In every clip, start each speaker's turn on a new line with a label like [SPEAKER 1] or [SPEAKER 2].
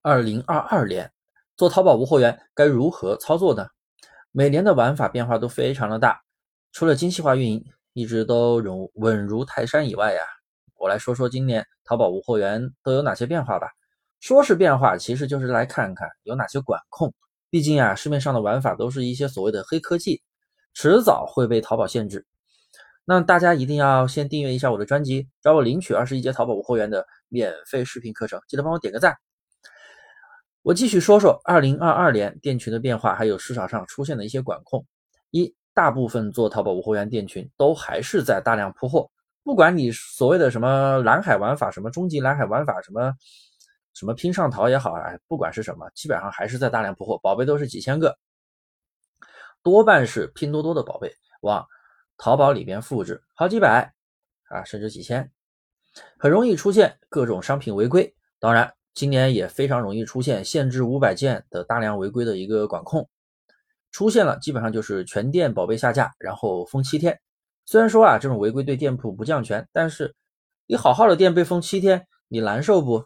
[SPEAKER 1] 2022年做淘宝无货源该如何操作呢？每年的玩法变化都非常的大，除了精细化运营一直都稳如泰山以外呀，我来说说今年淘宝无货源都有哪些变化吧。说是变化，其实就是来看看有哪些管控。毕竟啊，市面上的玩法都是一些所谓的黑科技，迟早会被淘宝限制。那大家一定要先订阅一下我的专辑，找我领取21节淘宝无货源的免费视频课程，记得帮我点个赞。我继续说说2022年店群的变化，还有市场上出现的一些管控。大部分做淘宝无货源店群都还是在大量铺货，不管你所谓的什么蓝海玩法，什么终极蓝海玩法，什么拼上淘也好，不管是什么，基本上还是在大量铺货，宝贝都是几千个，多半是拼多多的宝贝往淘宝里边复制好几百甚至几千，很容易出现各种商品违规。当然今年也非常容易出现限制500件的大量违规的一个管控，出现了基本上就是全店宝贝下架，然后封7天。虽然说这种违规对店铺不降权，但是你好好的店被封7天，你难受不？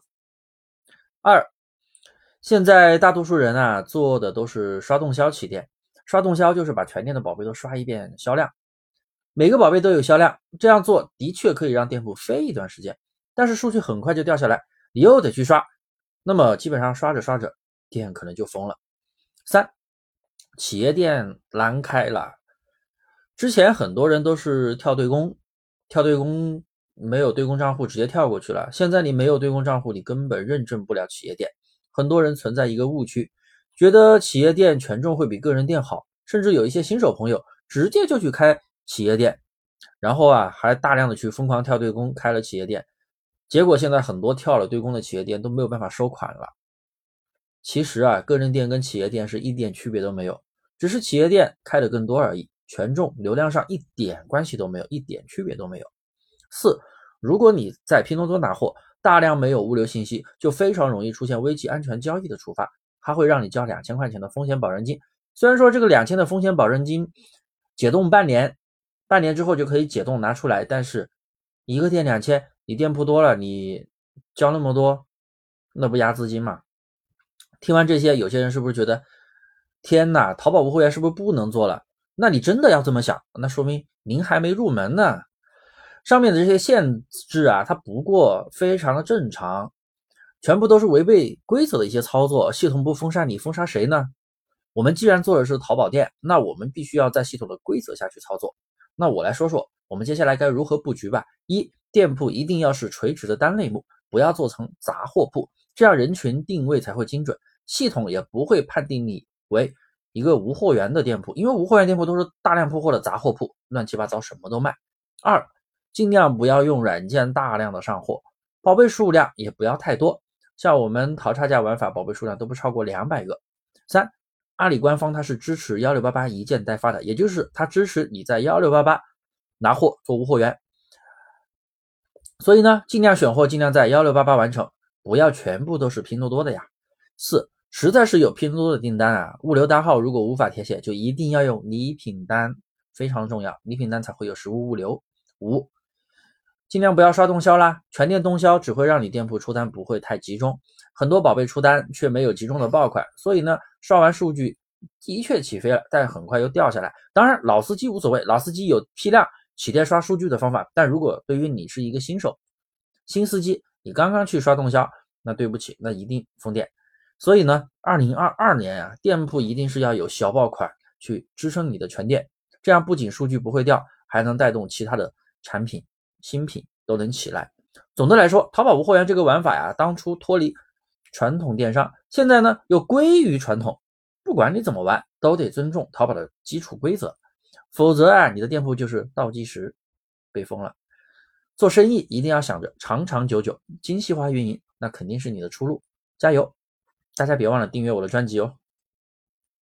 [SPEAKER 1] 现在大多数人做的都是刷动销起店，刷动销就是把全店的宝贝都刷一遍销量，每个宝贝都有销量，这样做的确可以让店铺飞一段时间，但是数据很快就掉下来，你又得去刷，那么基本上刷着刷着店可能就封了。企业店难开了，之前很多人都是跳对公没有对公账户直接跳过去了，现在你没有对公账户，你根本认证不了企业店。很多人存在一个误区，觉得企业店权重会比个人店好，甚至有一些新手朋友直接就去开企业店，然后还大量的去疯狂跳对公开了企业店，结果现在很多跳了对公的企业店都没有办法收款了。其实个人店跟企业店是一点区别都没有，只是企业店开的更多而已，权重流量上一点关系都没有，一点区别都没有。如果你在拼多多拿货，大量没有物流信息，就非常容易出现危及安全交易的处罚，它会让你交2000块钱的风险保证金。虽然说这个2000的风险保证金解冻半年之后就可以解冻拿出来，但是一个店2000，你店铺多了，你交那么多，那不压资金吗？听完这些，有些人是不是觉得天哪，淘宝无货源是不是不能做了？那你真的要这么想，那说明您还没入门呢。上面的这些限制它不过非常的正常，全部都是违背规则的一些操作，系统不封杀你，封杀谁呢？我们既然做的是淘宝店，那我们必须要在系统的规则下去操作。那我来说说我们接下来该如何布局吧。店铺一定要是垂直的单类目，不要做成杂货铺，这样人群定位才会精准，系统也不会判定你为一个无货源的店铺，因为无货源店铺都是大量铺货的杂货铺，乱七八糟什么都卖。尽量不要用软件大量的上货，宝贝数量也不要太多，像我们淘差价玩法宝贝数量都不超过200个。阿里官方它是支持1688一件代发的，也就是它支持你在1688拿货做无货源，所以呢尽量选货，尽量在1688完成，不要全部都是拼多多的呀。实在是有拼多多的订单物流单号如果无法填写，就一定要用礼品单，非常重要，礼品单才会有实物物流。尽量不要刷动销啦，全店动销只会让你店铺出单不会太集中，很多宝贝出单却没有集中的爆款，所以呢刷完数据的确起飞了，但很快又掉下来。当然老司机无所谓，老司机有批量起店刷数据的方法，但如果对于你是一个新手新司机，你刚刚去刷动销，那对不起，那一定封店。所以呢2022年店铺一定是要有小爆款去支撑你的全店，这样不仅数据不会掉，还能带动其他的产品新品都能起来。总的来说，淘宝无货源这个玩法当初脱离传统电商，现在呢又归于传统，不管你怎么玩都得尊重淘宝的基础规则，否则你的店铺就是倒计时被封了。做生意一定要想着长长久久，精细化运营那肯定是你的出路，加油！大家别忘了订阅我的专辑哦。